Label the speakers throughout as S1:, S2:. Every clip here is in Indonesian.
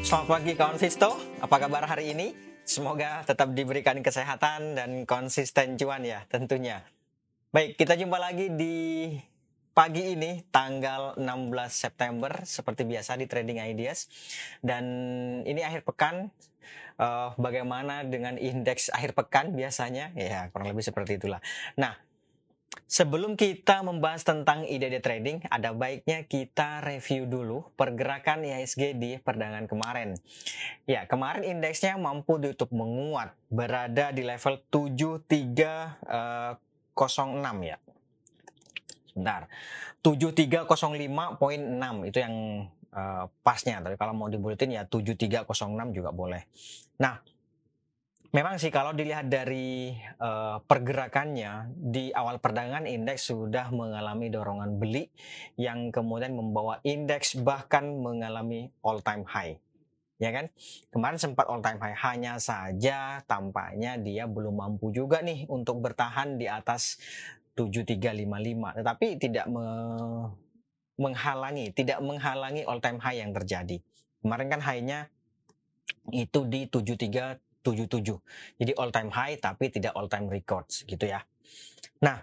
S1: Selamat pagi kawan Visto, apa kabar hari ini? Semoga tetap diberikan kesehatan dan konsisten cuan ya tentunya. Baik, kita jumpa lagi di pagi ini tanggal 16 September seperti biasa di Trading Ideas. Dan ini akhir pekan, bagaimana dengan indeks akhir pekan biasanya? Ya kurang lebih seperti itulah. Nah, sebelum kita membahas tentang ide-ide trading, ada baiknya kita review dulu pergerakan IHSG di perdagangan kemarin. Ya, kemarin indeksnya mampu ditutup menguat, berada di level 7306 ya. Sebentar, 7305.6 itu yang pasnya, tapi kalau mau dibuletin ya 7306 juga boleh. Nah, memang sih kalau dilihat dari pergerakannya di awal perdagangan indeks sudah mengalami dorongan beli yang kemudian membawa indeks bahkan mengalami all time high. Ya kan? Kemarin sempat all time high, hanya saja tampaknya dia belum mampu juga nih untuk bertahan di atas 7355, tetapi tidak menghalangi all time high yang terjadi. Kemarin kan high-nya itu di 7377. Jadi all time high tapi tidak all time records gitu ya. Nah,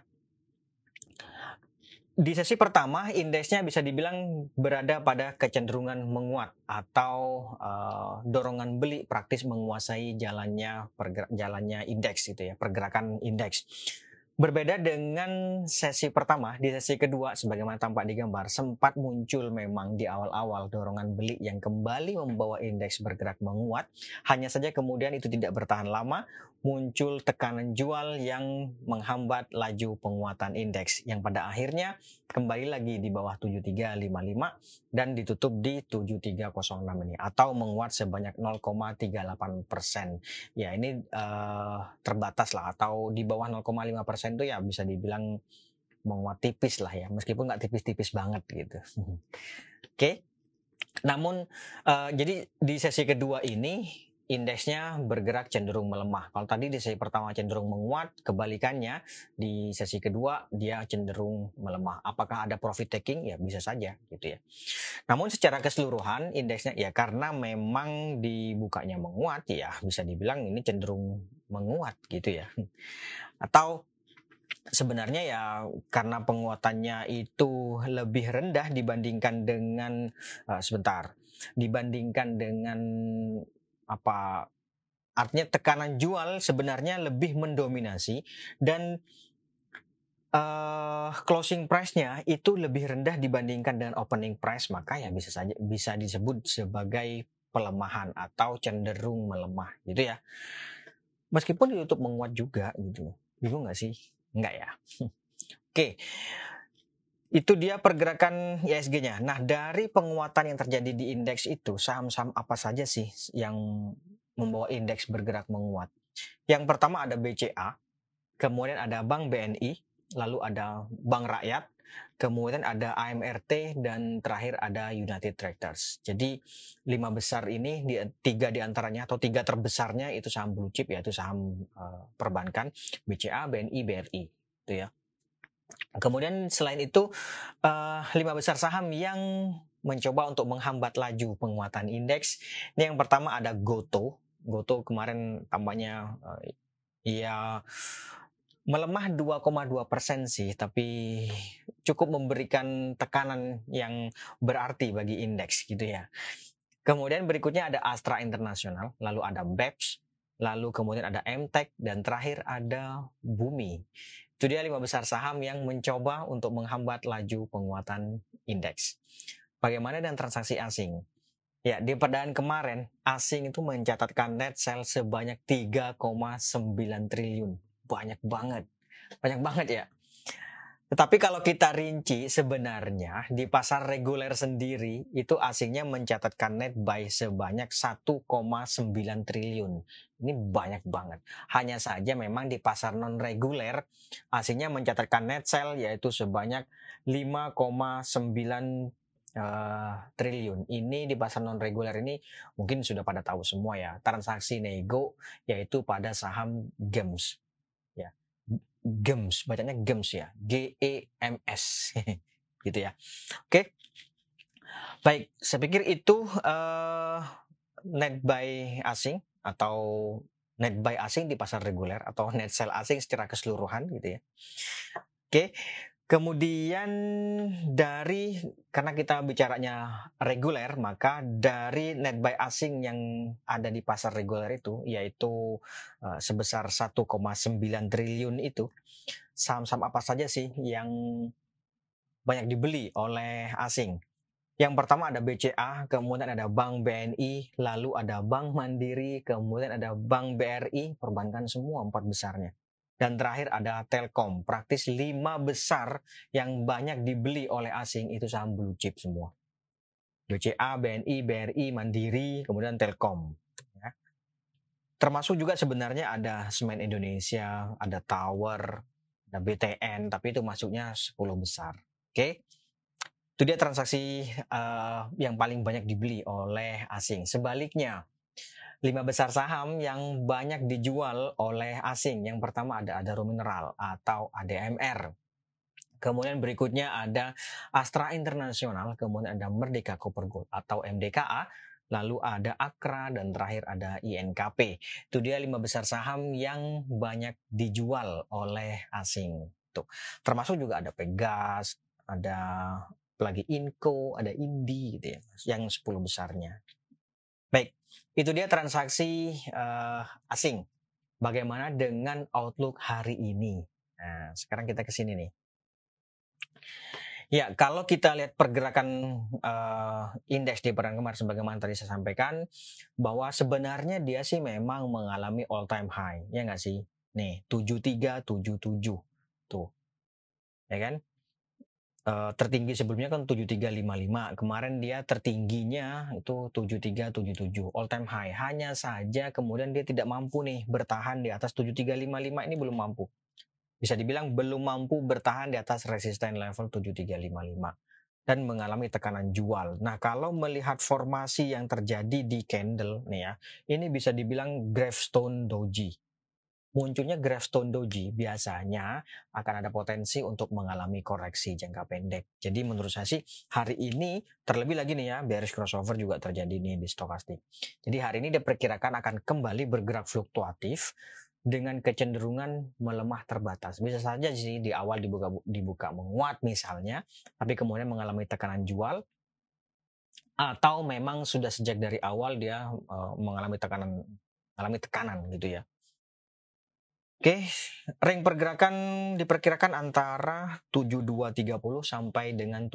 S1: di sesi pertama indeksnya bisa dibilang berada pada kecenderungan menguat atau dorongan beli praktis menguasai jalannya indeks gitu ya, pergerakan indeks. Berbeda dengan sesi pertama, di sesi kedua sebagaimana tampak di gambar sempat muncul memang di awal-awal dorongan beli yang kembali membawa indeks bergerak menguat. Hanya saja kemudian itu tidak bertahan lama, muncul tekanan jual yang menghambat laju penguatan indeks yang pada akhirnya kembali lagi di bawah 7355 dan ditutup di 7306 ini atau menguat sebanyak 0,38%. Ya ini terbatas lah, atau di bawah 0,5% itu ya bisa dibilang menguat tipis lah ya, meskipun nggak tipis-tipis banget gitu. Oke. Namun jadi di sesi kedua ini indeksnya bergerak cenderung melemah. Kalau tadi di sesi pertama cenderung menguat, kebalikannya di sesi kedua dia cenderung melemah. Apakah ada profit taking? Ya bisa saja gitu ya. Namun secara keseluruhan indeksnya ya karena memang dibukanya menguat ya bisa dibilang ini cenderung menguat gitu ya. Atau sebenarnya ya karena penguatannya itu lebih rendah dibandingkan dengan dibandingkan dengan artinya tekanan jual sebenarnya lebih mendominasi dan closing price-nya itu lebih rendah dibandingkan dengan opening price, maka ya bisa disebut sebagai pelemahan atau cenderung melemah gitu ya. Meskipun ditutup menguat juga gitu. Bingung nggak sih? Enggak ya. Oke. Itu dia pergerakan IHSG-nya. Nah, dari penguatan yang terjadi di indeks itu, saham-saham apa saja sih yang membawa indeks bergerak menguat? Yang pertama ada BCA, kemudian ada Bank BNI, lalu ada Bank Rakyat, kemudian ada AMRT, dan terakhir ada United Tractors. Jadi 5 besar ini, 3 diantaranya atau 3 terbesarnya itu saham blue chip, yaitu saham perbankan, BCA, BNI, BRI, itu ya. Kemudian selain itu 5 besar saham yang mencoba untuk menghambat laju penguatan indeks. Ini yang pertama ada GoTo. GoTo kemarin tampaknya ya melemah 2,2% sih, tapi cukup memberikan tekanan yang berarti bagi indeks gitu ya. Kemudian berikutnya ada Astra International, lalu ada BEPS, lalu kemudian ada MTEK, dan terakhir ada Bumi. Itu dia 5 besar saham yang mencoba untuk menghambat laju penguatan indeks. Bagaimana dengan transaksi asing? Ya, di perdagangan kemarin, asing itu mencatatkan net sell sebanyak 3,9 triliun. Banyak banget ya. Tetapi kalau kita rinci sebenarnya di pasar reguler sendiri itu asingnya mencatatkan net buy sebanyak 1,9 triliun. Ini banyak banget. Hanya saja memang di pasar non reguler asingnya mencatatkan net sell yaitu sebanyak 5,9 triliun. Ini di pasar non reguler ini mungkin sudah pada tahu semua ya. Transaksi nego yaitu pada saham GEMS. Ya. GEMS, bacanya GEMS ya, GEMS gitu ya. Oke. Baik, saya pikir itu net buy asing atau net buy asing di pasar reguler atau net sell asing secara keseluruhan gitu ya. Oke, kemudian karena kita bicaranya reguler, maka dari net buy asing yang ada di pasar reguler itu, yaitu sebesar 1,9 triliun itu, saham-saham apa saja sih yang banyak dibeli oleh asing? Yang pertama ada BCA, kemudian ada Bank BNI, lalu ada Bank Mandiri, kemudian ada Bank BRI, perbankan semua 4 besarnya. Dan terakhir ada Telkom, praktis 5 besar yang banyak dibeli oleh asing itu saham blue chip semua. BCA, BNI, BRI, Mandiri, kemudian Telkom. Ya. Termasuk juga sebenarnya ada Semen Indonesia, ada Tower, ada BTN, tapi itu masuknya 10 besar. Oke. Itu dia transaksi yang paling banyak dibeli oleh asing. Sebaliknya, 5 besar saham yang banyak dijual oleh asing. Yang pertama ada Adaro Mineral atau ADMR. Kemudian berikutnya ada Astra International, kemudian ada Merdeka Copper Gold atau MDKA, lalu ada Akra, dan terakhir ada INKP. Itu dia 5 besar saham yang banyak dijual oleh asing. Tuh. Termasuk juga ada Pegas, ada lagi Inco, ada Indi gitu ya, yang 10 besarnya. Baik, itu dia transaksi asing. Bagaimana dengan outlook hari ini? Nah, sekarang kita ke sini nih. Ya, kalau kita lihat pergerakan indeks di pekan kemarin sebagaimana tadi saya sampaikan, bahwa sebenarnya dia sih memang mengalami all time high, ya nggak sih? Nih, 7377. Tuh, ya kan? Tertinggi sebelumnya kan 7355. Kemarin dia tertingginya itu 7377, all time high. Hanya saja kemudian dia tidak mampu nih bertahan di atas 7355, ini belum mampu. Bisa dibilang belum mampu bertahan di atas resisten level 7355 dan mengalami tekanan jual. Nah, kalau melihat formasi yang terjadi di candle nih ya, ini bisa dibilang gravestone doji. Munculnya gravestone doji biasanya akan ada potensi untuk mengalami koreksi jangka pendek. Jadi menurut saya sih hari ini terlebih lagi nih ya, bearish crossover juga terjadi nih di stokastik. Jadi hari ini diperkirakan akan kembali bergerak fluktuatif dengan kecenderungan melemah terbatas. Bisa saja sih di awal dibuka menguat misalnya, tapi kemudian mengalami tekanan jual, atau memang sudah sejak dari awal dia mengalami tekanan gitu ya. Oke, ring pergerakan diperkirakan antara 7230 sampai dengan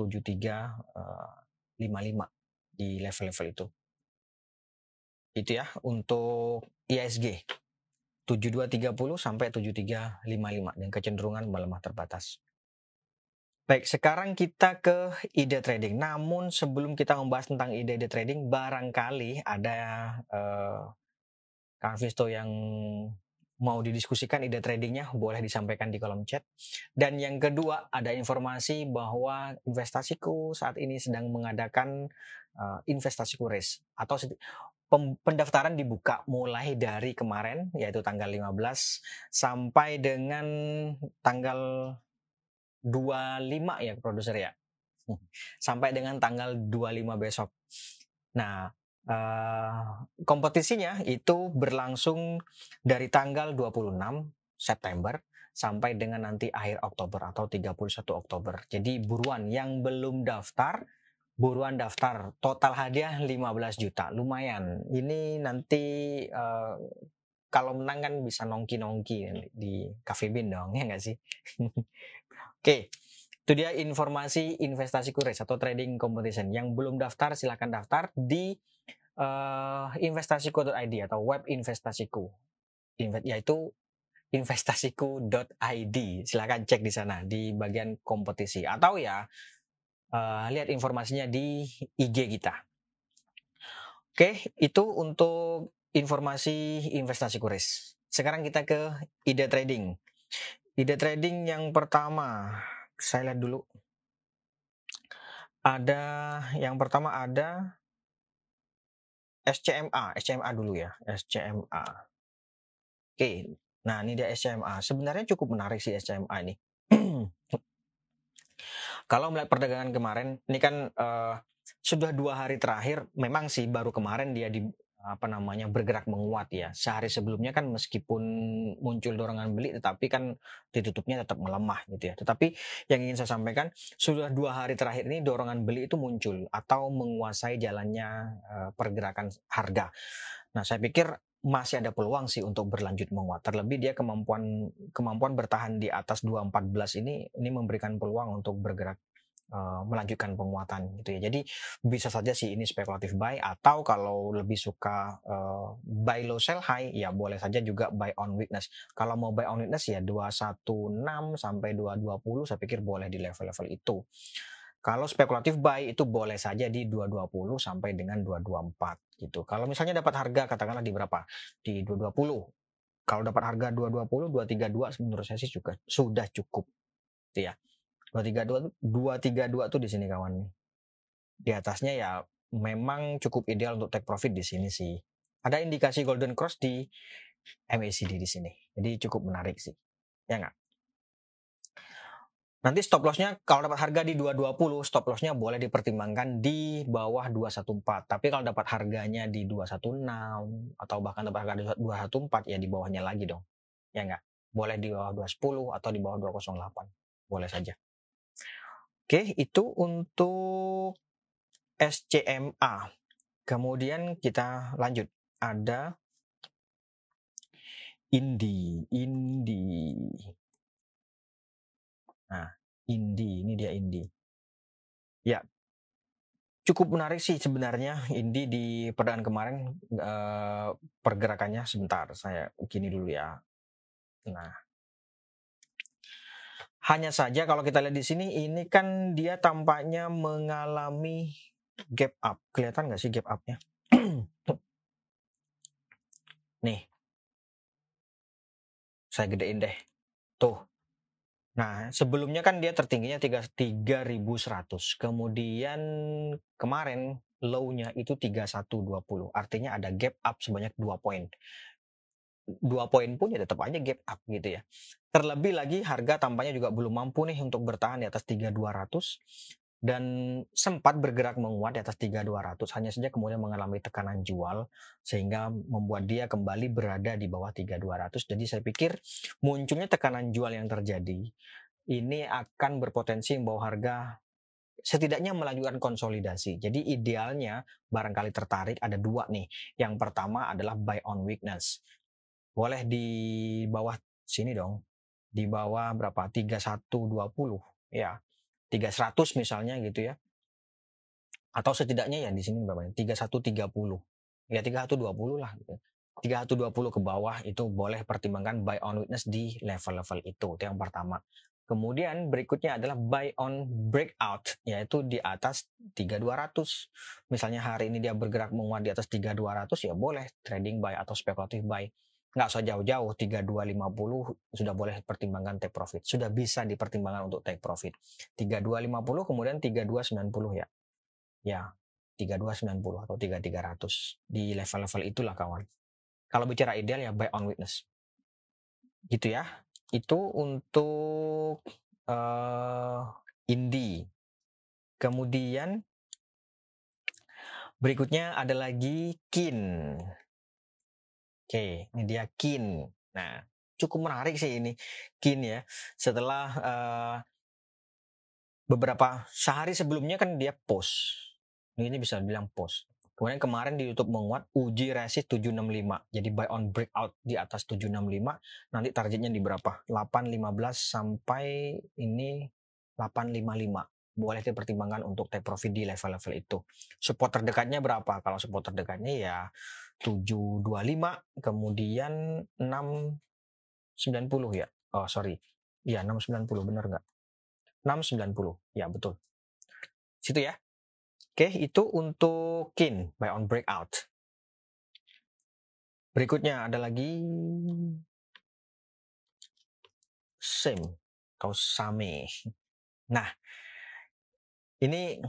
S1: 7355 di level-level itu. Itu ya untuk ISG. 7230 sampai 7355 dan kecenderungan melemah terbatas. Baik, sekarang kita ke ide trading. Namun sebelum kita membahas tentang ide-ide trading, barangkali ada Kang Visto yang mau didiskusikan ide tradingnya, boleh disampaikan di kolom chat. Dan yang kedua, ada informasi bahwa investasiku saat ini sedang mengadakan investasiku race atau pendaftaran dibuka mulai dari kemarin, yaitu tanggal 15 sampai dengan tanggal 25 ya produser ya. Sampai dengan tanggal 25 besok. Nah, kompetisinya itu berlangsung dari tanggal 26 September sampai dengan nanti akhir Oktober atau 31 Oktober. Jadi buruan yang belum daftar, buruan daftar. Total hadiah 15 juta. Lumayan. Ini nanti kalau menang kan bisa nongki-nongki di Cafe Bean dong, ya nggak sih? Oke. Itu dia informasi investasi race atau trading competition. Yang belum daftar silakan daftar di investasiku.id atau web investasiku, yaitu investasiku.id. Silakan cek di sana di bagian kompetisi atau ya lihat informasinya di IG kita. Oke, itu untuk informasi investasiku race. Sekarang kita ke ide trading. Ide trading yang pertama, saya lihat dulu. Yang pertama ada SCMA dulu ya, SCMA. Oke, nah ini dia SCMA. Sebenarnya cukup menarik sih SCMA ini. Kalau melihat perdagangan kemarin, ini kan sudah 2 hari terakhir, memang sih baru kemarin dia bergerak menguat ya. Sehari sebelumnya kan meskipun muncul dorongan beli, tetapi kan ditutupnya tetap melemah gitu ya. Tetapi yang ingin saya sampaikan, sudah 2 hari terakhir ini dorongan beli itu muncul atau menguasai jalannya pergerakan harga. Nah, saya pikir masih ada peluang sih untuk berlanjut menguat. Terlebih dia kemampuan bertahan di atas 214 ini memberikan peluang untuk bergerak melanjutkan penguatan gitu ya. Jadi bisa saja sih ini spekulatif buy, atau kalau lebih suka buy low sell high ya boleh saja juga buy on weakness. Kalau mau buy on weakness ya 216 sampai 220 saya pikir boleh di level-level itu. Kalau spekulatif buy itu boleh saja di 220 sampai dengan 224 gitu. Kalau misalnya dapat harga katakanlah di berapa? Di 220. Kalau dapat harga 220, 232 menurut saya sih juga sudah cukup gitu ya. 232 tuh di sini kawan nih. Di atasnya ya memang cukup ideal untuk take profit di sini sih. Ada indikasi golden cross di MACD di sini. Jadi cukup menarik sih. Ya nggak? Nanti stop lossnya kalau dapat harga di 220, stop lossnya boleh dipertimbangkan di bawah 214. Tapi kalau dapat harganya di 216 atau bahkan dapat harga di 214 ya di bawahnya lagi dong. Ya nggak? Boleh di bawah 210 atau di bawah 208. Boleh saja. Oke, itu untuk SCMA. Kemudian kita lanjut. Ada Indi. Nah, ini dia Indi. Ya, cukup menarik sih sebenarnya Indi di perdagangan kemarin pergerakannya. Sebentar, saya gini dulu ya. Nah, hanya saja kalau kita lihat di sini, ini kan dia tampaknya mengalami gap up. Kelihatan nggak sih gap up-nya? Nih, saya gedein deh. Tuh. Nah, sebelumnya kan dia tertingginya 3.100. Kemudian kemarin low-nya itu 3.120. Artinya ada gap up sebanyak 2 poin. 2 poin pun ya tetap aja gap up gitu ya. Terlebih lagi harga tampaknya juga belum mampu nih untuk bertahan di atas 3.200 dan sempat bergerak menguat di atas 3.200, hanya saja kemudian mengalami tekanan jual sehingga membuat dia kembali berada di bawah 3.200. Jadi saya pikir munculnya tekanan jual yang terjadi ini akan berpotensi membawa harga setidaknya melanjutkan konsolidasi. Jadi idealnya barangkali tertarik ada 2 nih. Yang pertama adalah buy on weakness. Boleh di bawah sini dong. Di bawah berapa? 3120 ya. 3100 misalnya gitu ya. Atau setidaknya ya di sini berapa? 3130. Ya 3120 lah gitu. 3120 ke bawah itu boleh pertimbangkan buy on weakness di level-level itu yang pertama. Kemudian berikutnya adalah buy on breakout, yaitu di atas 3200. Misalnya hari ini dia bergerak menguat di atas 3200 ya boleh trading buy atau spekulatif buy. Nggak usah jauh-jauh, 3250 sudah boleh pertimbangkan take profit. Sudah bisa dipertimbangkan untuk take profit. 3250 kemudian 3290 ya. Ya, 3290 atau 3300 di level-level itulah kawan. Kalau bicara ideal ya buy on weakness. Gitu ya. Itu untuk Indi. Kemudian berikutnya ada lagi Kin. Oke, ini dia Kin. Nah, cukup menarik sih ini Kin ya. Setelah beberapa sehari sebelumnya kan dia post. Ini bisa bilang post. Kemudian kemarin di YouTube menguat, uji resist 765. Jadi buy on breakout di atas 765. Nanti targetnya di berapa? 815 sampai ini 855. Boleh dipertimbangkan untuk take profit di level-level itu. Support terdekatnya berapa? Kalau support terdekatnya ya 725, kemudian 690 ya. Oh sorry. Iya 690 benar nggak? 690. Ya betul. Situ ya. Oke, itu untuk Kin buy on breakout. Berikutnya ada lagi SAME atau SAME. Nah, ini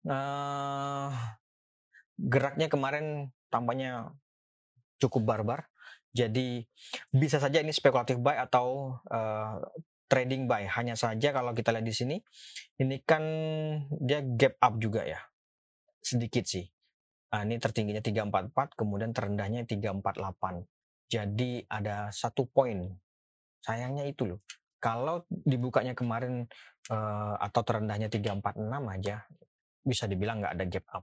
S1: geraknya kemarin tampaknya cukup barbar. Jadi bisa saja ini spekulatif buy atau trading buy. Hanya saja kalau kita lihat di sini, ini kan dia gap up juga ya, sedikit sih. Ini tertingginya 344, kemudian terendahnya 348. Jadi ada 1 poin. Sayangnya itu loh. Kalau dibukanya kemarin atau terendahnya 346 aja, bisa dibilang nggak ada gap up.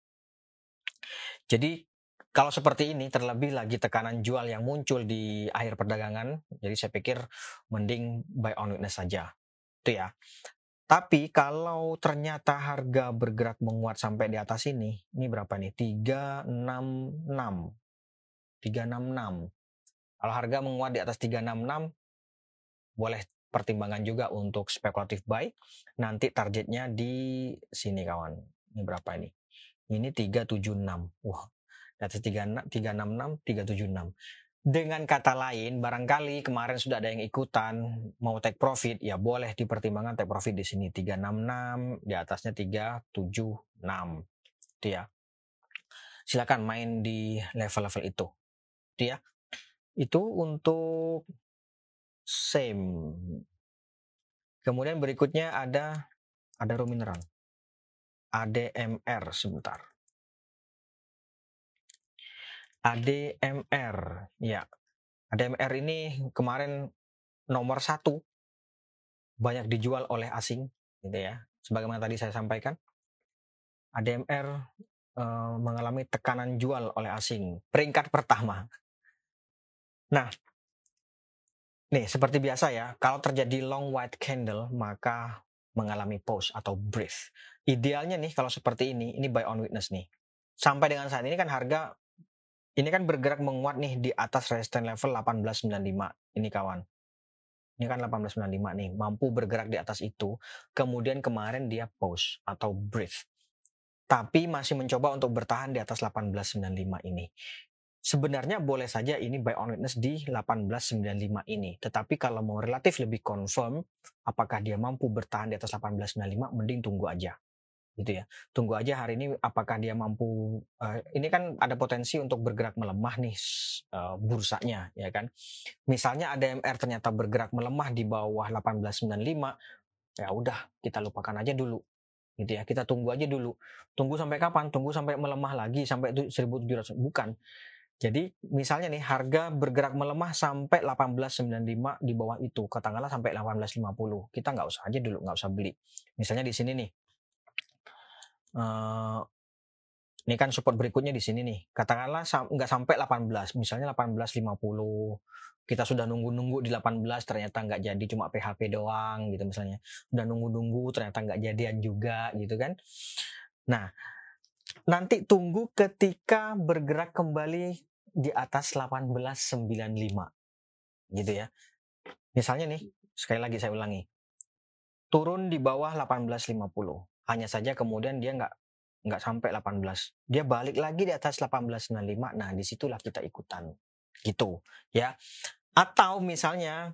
S1: Jadi kalau seperti ini, terlebih lagi tekanan jual yang muncul di akhir perdagangan, jadi saya pikir mending buy on weakness saja. Itu ya. Tapi kalau ternyata harga bergerak menguat sampai di atas ini berapa nih? 366. 366. Kalau harga menguat di atas 366, boleh pertimbangan juga untuk spekulatif buy. Nanti targetnya di sini kawan. Ini berapa ini? Ini 376. Wah, di atas 366, 376. Dengan kata lain, barangkali kemarin sudah ada yang ikutan mau take profit, ya boleh dipertimbangkan take profit di sini 366, di atasnya 376. Itu ya. Silakan main di level-level itu. Itu ya. Itu untuk same. Kemudian berikutnya ada raw mineral. ADMR sebentar. ADMR, ya. ADMR ini kemarin nomor 1 banyak dijual oleh asing, gitu ya. Sebagaimana tadi saya sampaikan, ADMR mengalami tekanan jual oleh asing, peringkat pertama. Nah, nih seperti biasa ya, kalau terjadi long white candle maka mengalami pause atau breath. Idealnya nih kalau seperti ini buy on weakness nih. Sampai dengan saat ini kan harga ini kan bergerak menguat nih di atas resistance level 1895 ini kawan. Ini kan 1895 nih, mampu bergerak di atas itu. Kemudian kemarin dia pause atau breath. Tapi masih mencoba untuk bertahan di atas 1895 ini. Sebenarnya boleh saja ini buy on weakness di 1895 ini. Tetapi kalau mau relatif lebih confirm, apakah dia mampu bertahan di atas 1895, mending tunggu aja. Gitu ya. Tunggu aja hari ini apakah dia mampu, ini kan ada potensi untuk bergerak melemah nih bursanya, ya kan. Misalnya ADMR ternyata bergerak melemah di bawah 1895, ya udah kita lupakan aja dulu. Gitu ya, kita tunggu aja dulu. Tunggu sampai kapan? Tunggu sampai melemah lagi sampai 1700. Bukan. Jadi misalnya nih harga bergerak melemah sampai 1895 di bawah itu, katakanlah sampai 1850. Kita nggak usah aja dulu, nggak usah beli. Misalnya di sini nih. Ini kan support berikutnya di sini nih. Katakanlah nggak sampai 18, misalnya 1850. Kita sudah nunggu-nunggu di 18, ternyata nggak jadi, cuma PHP doang gitu misalnya. Udah nunggu-nunggu, ternyata nggak jadian juga gitu kan. Nah, nanti tunggu ketika bergerak kembali di atas 1895 gitu ya. Misalnya nih, sekali lagi saya ulangi. Turun di bawah 1850. Hanya saja kemudian dia nggak sampai 18. Dia balik lagi di atas 1895. Nah, disitulah kita ikutan. Gitu ya. Atau misalnya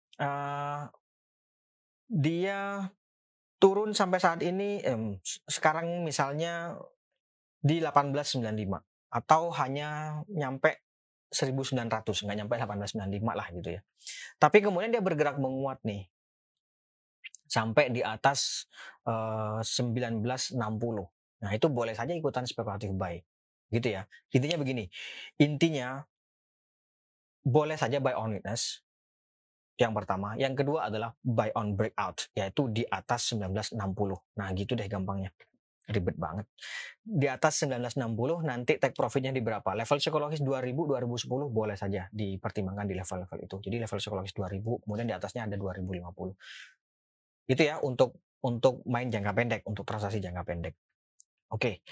S1: dia turun sampai saat ini sekarang misalnya di 1895 atau hanya nyampe 1900, nggak nyampe 1895 lah gitu ya. Tapi kemudian dia bergerak menguat nih sampai di atas 1960. Nah, itu boleh saja ikutan spekulatif buy. Gitu ya. Intinya begini. Intinya boleh saja buy on weakness. Yang pertama, yang kedua adalah buy on breakout, yaitu di atas 1960. Nah, gitu deh gampangnya. Ribet banget. Di atas 1960 nanti take profitnya di berapa? Level psikologis 2000, 2010 boleh saja dipertimbangkan di level-level itu. Jadi level psikologis 2000, kemudian di atasnya ada 2050. Itu ya untuk main jangka pendek, untuk transaksi jangka pendek. Oke.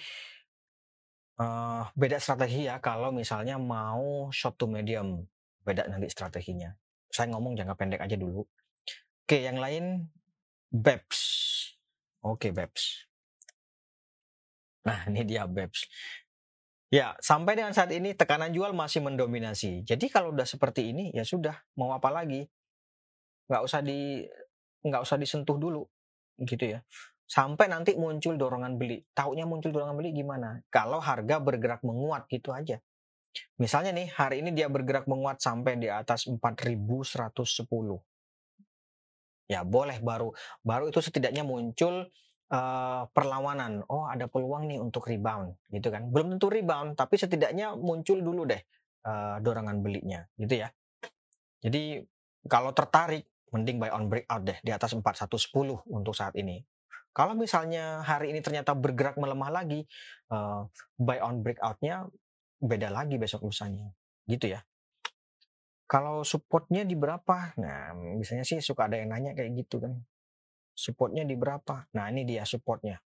S1: Beda strategi ya kalau misalnya mau short to medium. Beda nanti strateginya. Saya ngomong jangka pendek aja dulu. Oke, yang lain BEPS. Oke, BEPS. Nah, ini dia BEPS. Ya, sampai dengan saat ini tekanan jual masih mendominasi. Jadi kalau udah seperti ini, ya sudah, mau apa lagi? Nggak usah disentuh dulu, gitu ya. Sampai nanti muncul dorongan beli. Taunya muncul dorongan beli gimana? Kalau harga bergerak menguat gitu aja. Misalnya nih, hari ini dia bergerak menguat sampai di atas 4110. Ya boleh baru itu setidaknya muncul perlawanan. Oh, ada peluang nih untuk rebound, gitu kan. Belum tentu rebound, tapi setidaknya muncul dulu deh dorongan belinya, gitu ya. Jadi kalau tertarik, mending buy on breakout deh di atas 4110 untuk saat ini. Kalau misalnya hari ini ternyata bergerak melemah lagi, buy on breakout-nya beda lagi besok lusanya, gitu ya. Kalau supportnya di berapa? Nah, biasanya sih suka ada yang nanya kayak gitu kan. Supportnya di berapa? Nah, ini dia supportnya.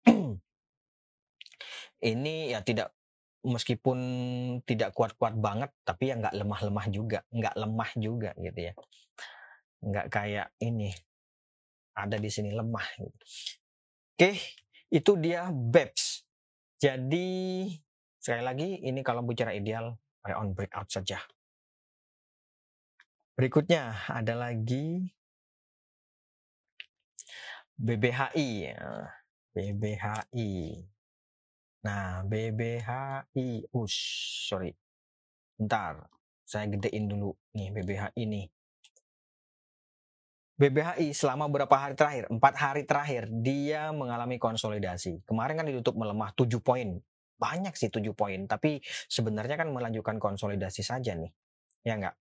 S1: Ini ya tidak, meskipun tidak kuat-kuat banget, tapi ya nggak lemah-lemah juga, nggak lemah juga gitu ya. Nggak kayak ini, ada di sini lemah. Gitu. Oke, itu dia BEPS. Jadi sekali lagi ini kalau bicara ideal, buy on breakout saja. Berikutnya ada lagi BBHI. BBHI. Nah, BBHI. Sorry. Bentar. Saya gedein dulu nih BBHI nih. BBHI selama berapa hari terakhir? 4 hari terakhir dia mengalami konsolidasi. Kemarin kan ditutup melemah 7 poin. Banyak sih 7 poin, tapi sebenarnya kan melanjutkan konsolidasi saja nih. Ya enggak?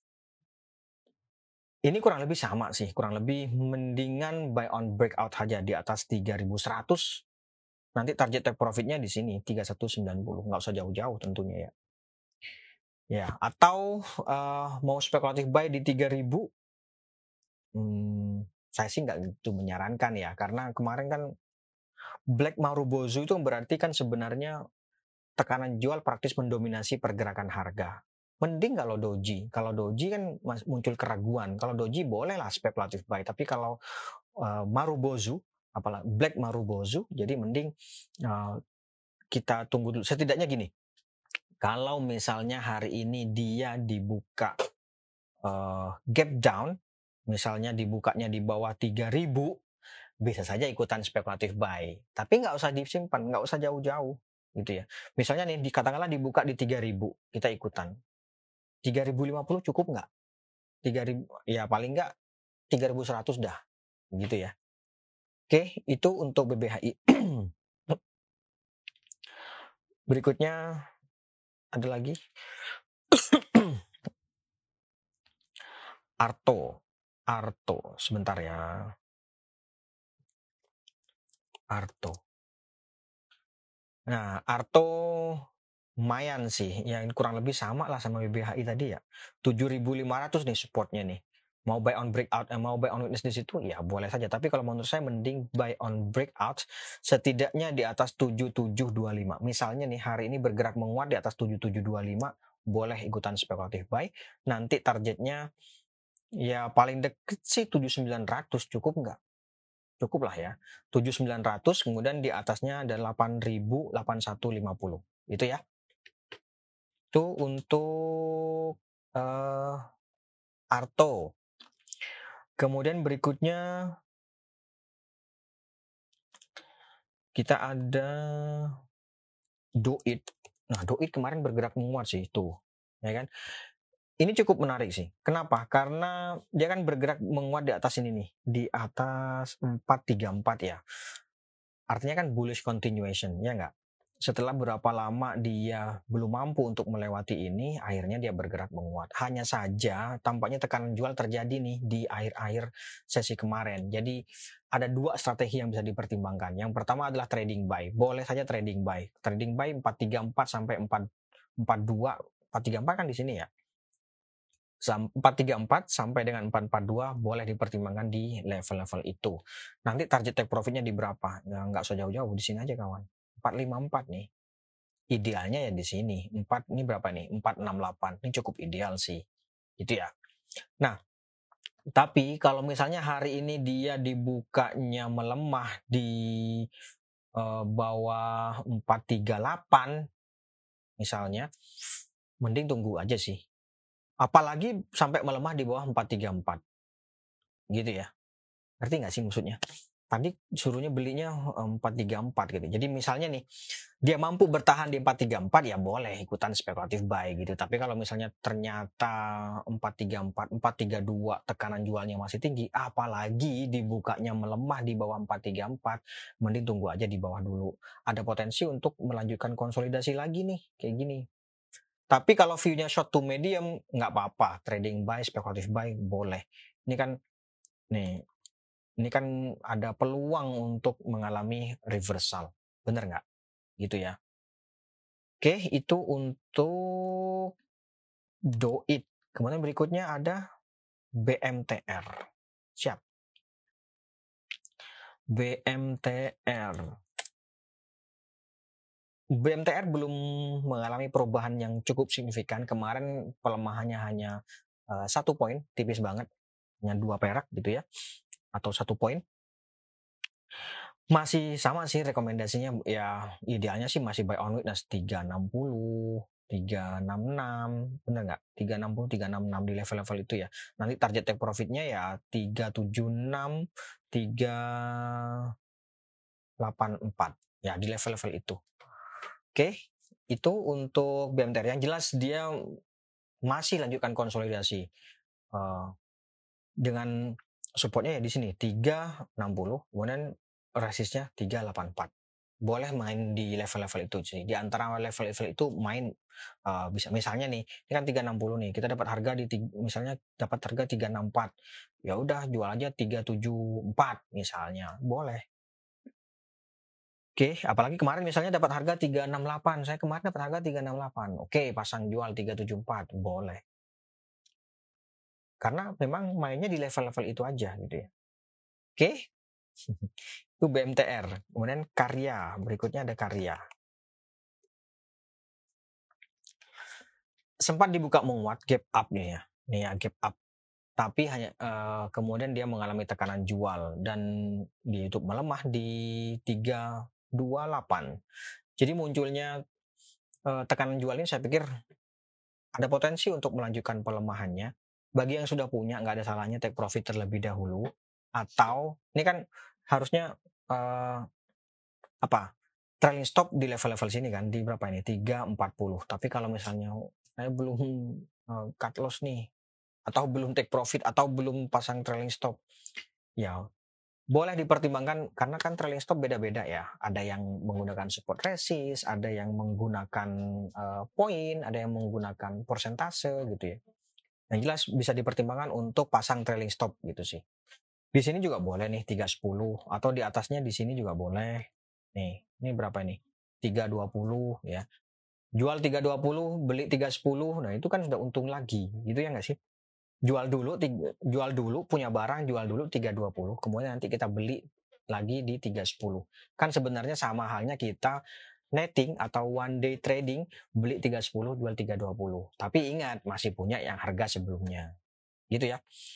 S1: Ini kurang lebih sama sih, kurang lebih mendingan buy on breakout aja di atas 3100. Nanti target take profitnya di sini 3190, nggak usah jauh-jauh tentunya ya. Ya, atau mau spekulatif buy di 3000, saya sih nggak gitu menyarankan ya, karena kemarin kan Black Marubozu itu berarti kan sebenarnya tekanan jual praktis mendominasi pergerakan harga. Mending kalau doji kan muncul keraguan. Kalau doji bolehlah spekulatif buy, tapi kalau Marubozu, apalagi Black Marubozu, jadi mending kita tunggu dulu. Setidaknya gini, kalau misalnya hari ini dia dibuka gap down, misalnya dibukanya di bawah 3000, bisa saja ikutan spekulatif buy. Tapi nggak usah disimpan, nggak usah jauh-jauh gitu ya. Misalnya nih katakanlah dibuka di 3000, kita ikutan. 3050 cukup nggak? 3000 ya paling nggak 3100 dah gitu ya. Oke, itu untuk BBHI. Berikutnya ada lagi Arto sebentar ya. Nah, Arto lumayan sih, yang kurang lebih sama lah sama BBHI tadi ya. 7.500 nih supportnya nih. Mau buy on breakout, mau buy on weakness di situ, ya boleh saja. Tapi kalau menurut saya mending buy on breakout setidaknya di atas 7725. Misalnya nih hari ini bergerak menguat di atas 7725, boleh ikutan spekulatif buy. Nanti targetnya ya paling deket sih 7900, cukup nggak? Cukup lah ya. 7900, kemudian di atasnya ada 8150. Itu ya. Itu untuk Arto. Kemudian berikutnya kita ada Doit. Nah, Doit kemarin bergerak menguat sih itu, ya kan? Ini cukup menarik sih. Kenapa? Karena dia kan bergerak menguat di atas ini nih, di atas 434 ya. Artinya kan bullish continuation, ya nggak? Setelah berapa lama dia belum mampu untuk melewati ini, akhirnya dia bergerak menguat. Hanya saja tampaknya tekanan jual terjadi nih di akhir-akhir sesi kemarin. Jadi ada dua strategi yang bisa dipertimbangkan. Yang pertama adalah trading buy. Boleh saja trading buy. Trading buy 434 sampai 442. 434 kan di sini ya. 434 sampai dengan 442 boleh dipertimbangkan di level-level itu. Nanti target take profitnya di berapa? Nah, nggak usah jauh-jauh, di sini aja kawan. 454 nih. Idealnya ya di sini. 4 ini berapa nih? 468. Ini cukup ideal sih. Itu ya. Nah, tapi kalau misalnya hari ini dia dibukanya melemah di bawah 438 misalnya, mending tunggu aja sih. Apalagi sampai melemah di bawah 434. Gitu ya. Ngerti nggak sih maksudnya? tadi suruhnya belinya 434 gitu. Jadi misalnya nih dia mampu bertahan di 434 ya boleh ikutan spekulatif buy gitu. Tapi kalau misalnya ternyata 434, 432 tekanan jualnya masih tinggi, apalagi dibukanya melemah di bawah 434, mending tunggu aja di bawah dulu. Ada potensi untuk melanjutkan konsolidasi lagi nih kayak gini. Tapi kalau view-nya short to medium nggak apa-apa, trading buy, spekulatif buy boleh. Ini kan ada peluang untuk mengalami reversal, bener nggak? Gitu ya. Oke, itu untuk DOIT. Kemudian berikutnya ada BMTR. Siap. BMTR belum mengalami perubahan yang cukup signifikan. Kemarin pelemahannya hanya 1 poin, tipis banget, hanya 2 perak gitu ya, atau 1 poin. Masih sama sih rekomendasinya, ya idealnya sih masih buy on weakness 360, 366, bener nggak? 360, 366 di level-level itu ya. Nanti target take profitnya ya 376, 384 ya di level-level itu. Oke, itu untuk BMTR. Yang jelas dia masih lanjutkan konsolidasi dengan supportnya ya di sini 360, kemudian resistnya 384. Boleh main di level-level itu sih. Di antara level-level itu main bisa, misalnya nih, ini kan 360 nih, kita dapat harga misalnya dapat harga 364. Ya udah jual aja 374 misalnya, boleh. Oke, apalagi kemarin misalnya dapat harga 368. Saya kemarin dapat harga 368. Oke, pasang jual 374, boleh. Karena memang mainnya di level-level itu aja gitu ya. Oke. Itu BMTR. Kemudian Karya, berikutnya ada Karya. Sempat dibuka menguat, gap up nih ya. Nih ya, gap up. Tapi hanya kemudian dia mengalami tekanan jual dan di YouTube melemah di 328. Jadi munculnya tekanan jual ini saya pikir ada potensi untuk melanjutkan pelemahannya. Bagi yang sudah punya nggak ada salahnya take profit terlebih dahulu, atau ini kan harusnya trailing stop di level-level sini kan, di berapa ini 340. Tapi kalau misalnya saya belum cut loss nih, atau belum take profit, atau belum pasang trailing stop, ya boleh dipertimbangkan karena kan trailing stop beda-beda ya. Ada yang menggunakan support resist, ada yang menggunakan poin, ada yang menggunakan persentase gitu ya. Yang jelas bisa dipertimbangkan untuk pasang trailing stop gitu sih. Di sini juga boleh nih 310, atau di atasnya di sini juga boleh. Nih, ini berapa ini? 320 ya. Jual 320, beli 310. Nah, itu kan sudah untung lagi, gitu ya nggak sih? Jual dulu punya barang, jual dulu 320, kemudian nanti kita beli lagi di 310. Kan sebenarnya sama halnya kita netting atau one day trading, beli 310, jual 320. Tapi ingat, masih punya yang harga sebelumnya. Gitu ya.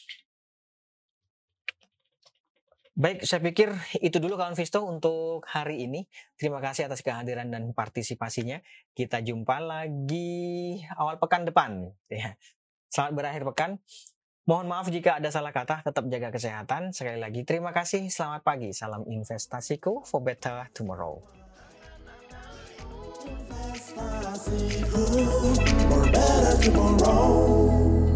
S1: Baik, saya pikir itu dulu kawan Visto untuk hari ini. Terima kasih atas kehadiran dan partisipasinya. Kita jumpa lagi awal pekan depan. Ya. Selamat berakhir pekan. Mohon maaf jika ada salah kata, tetap jaga kesehatan. Sekali lagi terima kasih, selamat pagi. Salam investasiku for better tomorrow.
S2: Investasiku for better tomorrow.